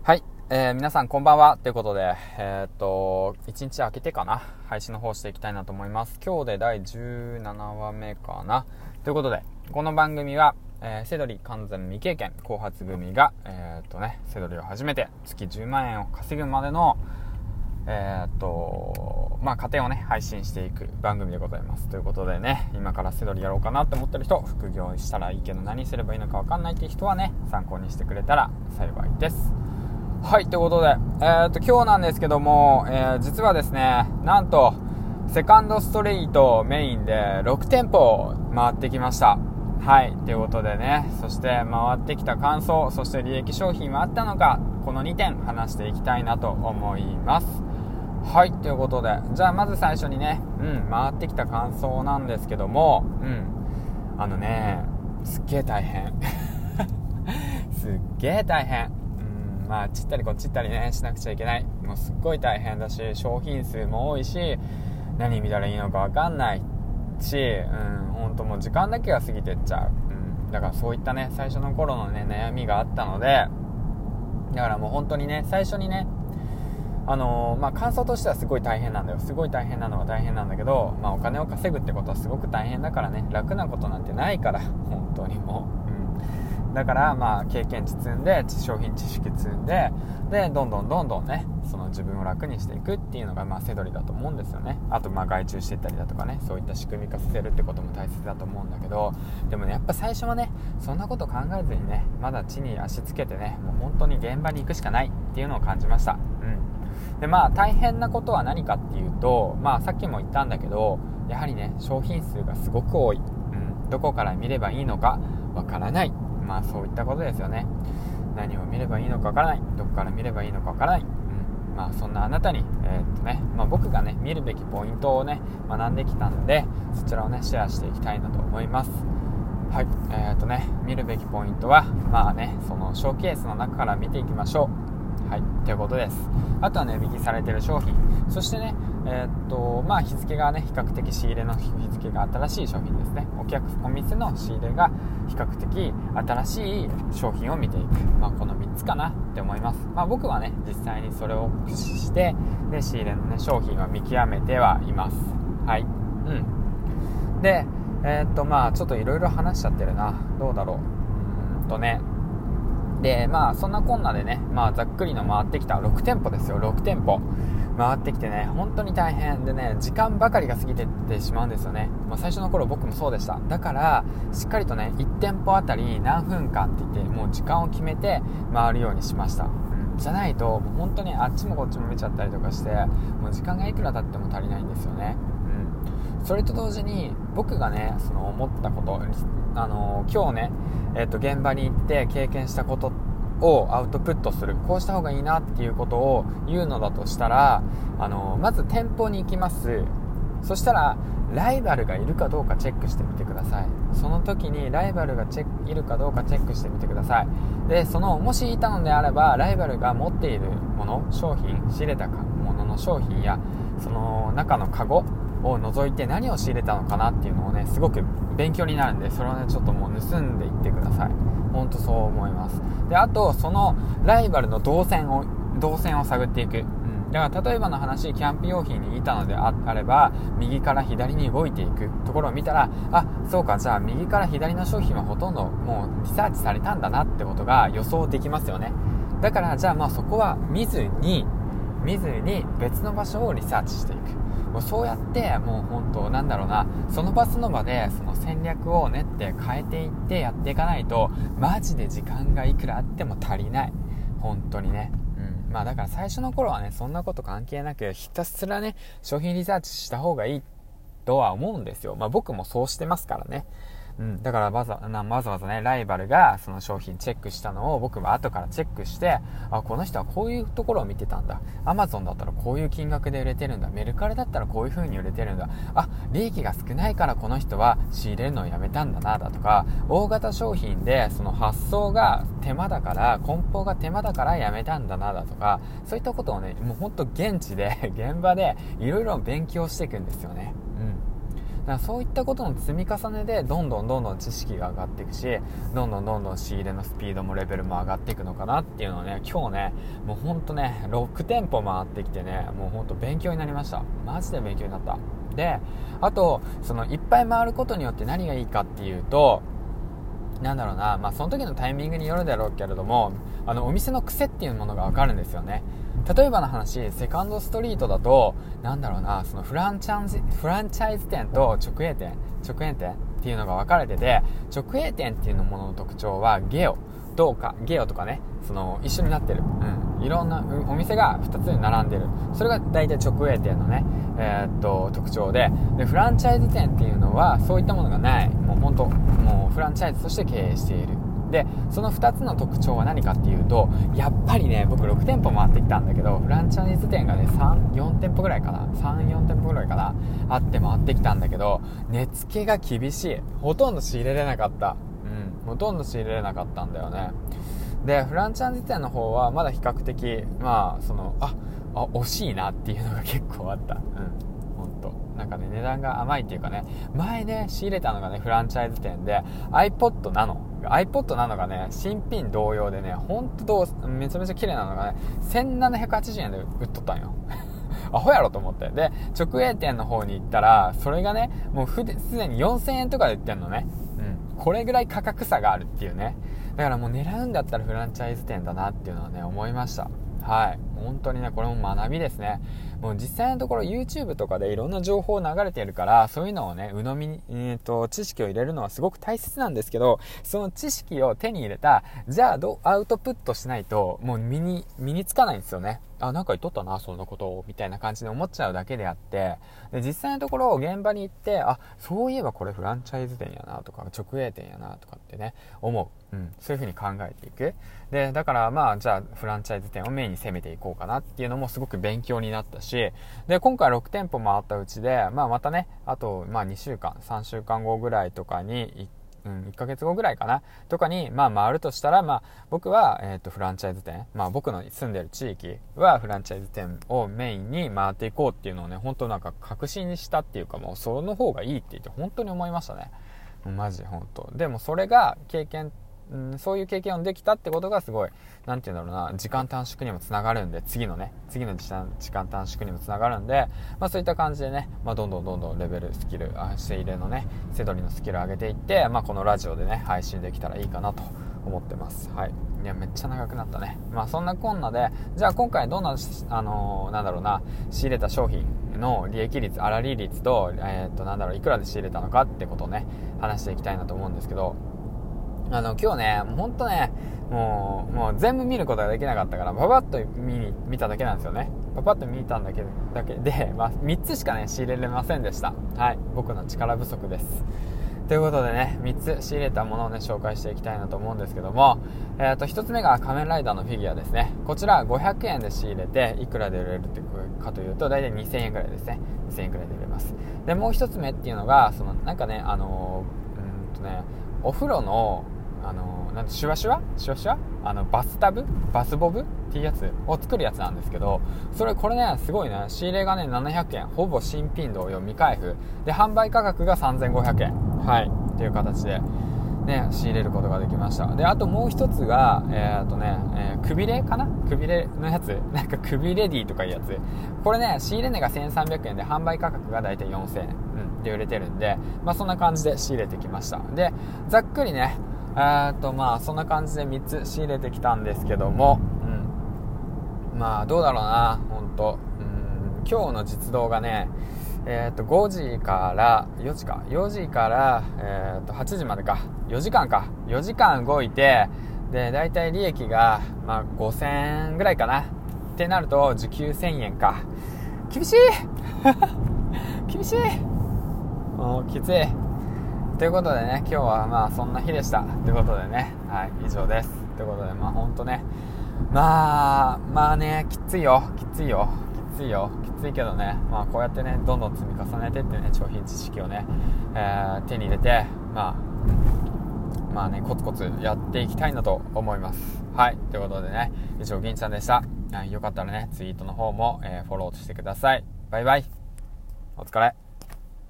はい、皆さんこんばんはということで、1日空けてかな、配信の方していきたいなと思います。今日で第17話目かなということで、この番組は、セドリ完全未経験後発組が、セドリを始めて月10万円を稼ぐまでの過程をね配信していく番組でございます。ということでね、今からセドリやろうかなって思ってる人、副業したらいいけど何すればいいのか分かんないっていう人はね、参考にしてくれたら幸いです。はい、ということで、今日なんですけども、実はですね、なんとセカンドストリートメインで6店舗回ってきました。はい、ということでね、そして回ってきた感想、そして利益商品はあったのか、この2点話していきたいなと思います。はい、ということで、じゃあまず最初にね、回ってきた感想なんですけども、すっげー大変すっげー大変、ちったりこっちったりねしなくちゃいけない。もうすっごい大変だし、商品数も多いし、何見たらいいのか分かんないし、本当もう時間だけが過ぎてっちゃう、だからそういったね最初の頃のね悩みがあったので、だからもう本当にね最初にね感想としてはすごい大変なんだよ。すごい大変なのは大変なんだけど、お金を稼ぐってことはすごく大変だからね、楽なことなんてないから、本当にもう、だから経験値積んで、商品知識積んで、でどんどんねその自分を楽にしていくっていうのがセドリだと思うんですよね。あと外注していったりだとかね、そういった仕組み化させるってことも大切だと思うんだけど、でもねやっぱ最初はねそんなこと考えずにね、まだ地に足つけてね、もう本当に現場に行くしかないっていうのを感じました。で大変なことは何かっていうと、さっきも言ったんだけど、やはりね商品数がすごく多い、どこから見ればいいのかわからない、そういったことですよね。何を見ればいいのかわからない、どこから見ればいいのかわからない、そんなあなたに僕がね見るべきポイントをね学んできたので、そちらをねシェアしていきたいなと思います。はい、見るべきポイントはそのショーケースの中から見ていきましょう。はい、ということです。あとはね、引きされている商品、そしてね、日付がね比較的仕入れの日付が新しい商品ですね。お店の仕入れが比較的新しい商品を見ていく、この3つかなって思います。僕はね実際にそれを駆使してで仕入れのね商品は見極めてはいます。はい、でちょっといろいろ話しちゃってるな。どうだろう。でそんなこんなでね、ざっくりの回ってきた6店舗ですよ。6店舗回ってきてね、本当に大変でね、時間ばかりが過ぎてってしまうんですよね。最初の頃僕もそうでした。だからしっかりとね1店舗あたり何分間って言って、もう時間を決めて回るようにしました。じゃないともう本当にあっちもこっちも見ちゃったりとかして、もう時間がいくら経っても足りないんですよね。それと同時に僕がねその思ったこと、今日ね、現場に行って経験したことをアウトプットする、こうした方がいいなっていうことを言うのだとしたら、まず店舗に行きます。そしたらライバルがいるかどうかチェックしてみてください。その時にライバルがいるかどうかチェックしてみてください。でもしいたのであれば、ライバルが持っているもの、商品、仕入れたものの商品やその中のカゴを除いて何を仕入れたのかなっていうのをねすごく勉強になるんで、それをねちょっともう盗んでいってください。本当そう思います。であとそのライバルの動線を探っていく、だから例えばの話、キャンプ用品にいたのであれば、右から左に動いていくところを見たら、そうか、じゃあ右から左の商品はほとんどもうリサーチされたんだなってことが予想できますよね。だからじゃあそこは見ずに別の場所をリサーチしていく。もうそうやってもう本当その場その場でその戦略を練って変えていってやっていかないと、マジで時間がいくらあっても足りない。本当にね。だから最初の頃はねそんなこと関係なくひたすらね商品リサーチした方がいいとは思うんですよ。僕もそうしてますからね。だからわざわざねライバルがその商品チェックしたのを僕は後からチェックして、この人はこういうところを見てたんだ、アマゾンだったらこういう金額で売れてるんだ、メルカリだったらこういう風に売れてるんだ、利益が少ないからこの人は仕入れるのをやめたんだなだとか、大型商品でその発送が手間だから梱包が手間だからやめたんだなだとか、そういったことをねもうほんと現地で現場でいろいろ勉強していくんですよね。 からそういったことの積み重ねでどんどん知識が上がっていくし、どんどん仕入れのスピードもレベルも上がっていくのかなっていうのをね、今日ねもうほんとね6店舗回ってきてね、もうほんと勉強になりました。マジで勉強になった。で、あとそのいっぱい回ることによって何がいいかっていうと、なんだろうな、その時のタイミングによるだろうけれども、お店の癖っていうものが分かるんですよね。例えばの話、セカンドストリートだと、なんだろうな、そのフランチャイズ店と直営店っていうのが分かれてて、直営店っていうものの特徴はゲオとかね、その一緒になってる、いろんなお店が2つに並んでる。それが大体直営店のね、特徴で、フランチャイズ店っていうのはそういったものがない、もう本当もうフランチャイズとして経営している。で、その2つの特徴は何かっていうと、やっぱりね、僕6店舗回ってきたんだけど、フランチャイズ店がね 3,4 店舗ぐらいかなあって回ってきたんだけど、値付けが厳しい。ほとんど仕入れれなかった。ほとんど仕入れれなかったんだよね。で、フランチャイズ店の方はまだ比較的惜しいなっていうのが結構あった。本当なんかね、値段が甘いっていうかね、前ね仕入れたのがねフランチャイズ店で iPod Nano がね新品同様でね、本当めちゃめちゃ綺麗なのがね1780円で売っとったんよアホやろと思って。で、直営店の方に行ったらそれがねもうすでに4000円とかで売ってんのね。これぐらい価格差があるっていうね。だからもう狙うんだったらフランチャイズ店だなっていうのはね思いました。本当にね、これも学びですね。もう実際のところ YouTube とかでいろんな情報流れてるから、そういうのをね鵜呑みに、知識を入れるのはすごく大切なんですけど、その知識を手に入れた、じゃあアウトプットしないともう身につかないんですよね。なんか言っとったなそんなことをみたいな感じで思っちゃうだけであって、で実際のところ現場に行って、そういえばこれフランチャイズ店やなとか直営店やなとかってね思う。そういう風に考えていく。で、だからじゃあフランチャイズ店をメインに攻めていこうかなっていうのもすごく勉強になったし、で今回6店舗回ったうちで、またねあと2週間3週間後ぐらいとかに1ヶ月後ぐらいかなとかに回るとしたら、僕は、フランチャイズ店、僕の住んでる地域はフランチャイズ店をメインに回っていこうっていうのをね、本当なんか確信にしたっていうか、もうその方がいいって言って本当に思いましたね。マジ本当。でもそれがそういう経験をできたってことがすごい、なんていうんだろうな、時間短縮にもつながるんで、次の時間短縮にもつながるんで、そういった感じでね、どんどんレベルスキル、仕入れのね、セドリのスキルを上げていって、このラジオでね、配信できたらいいかなと思ってます。いや、めっちゃ長くなったね。そんなこんなで、じゃあ今回どんな、なんだろうな、仕入れた商品の利益率、粗利率と、いくらで仕入れたのかってことをね、話していきたいなと思うんですけど、今日ね、ほんとね、もう全部見ることができなかったから、パパッと見ただけなんですよね。パパッと見ただけで、3つしかね、仕入れれませんでした。僕の力不足です。ということでね、3つ仕入れたものをね、紹介していきたいなと思うんですけども、1つ目が仮面ライダーのフィギュアですね。こちら500円で仕入れて、いくらで売れるかというと、だいたい2000円くらいですね。2000円くらいで売れます。で、もう1つ目っていうのが、なんかね、お風呂のシュワシュワバスボブっていうやつを作るやつなんですけど、これねすごいね、仕入れがね700円、ほぼ新品同様未開封で、販売価格が3500円っていう形でね仕入れることができました。で、あともう一つがくびれのやつ、なんかくびレディとかいうやつ、これね仕入れ値が1300円で販売価格がだいたい4000円、で売れてるんで、そんな感じで仕入れてきました。で、ざっくりねそんな感じで3つ仕入れてきたんですけども、どうだろうな、本当今日の実動がね、5時から4時から、8時までか、4時間動いて、でだいたい利益が、5000円ぐらいかなってなると時給1000円か。厳しい厳しい、きついということでね、今日はそんな日でしたということでね、以上ですということで、本当ね、きついけどね、こうやってねどんどん積み重ねてってね、商品知識をね、手に入れてコツコツやっていきたいなと思います。ということでね、以上銀ちゃんでした。よかったらねツイートの方も、フォローしてください。バイバイ、お疲れ。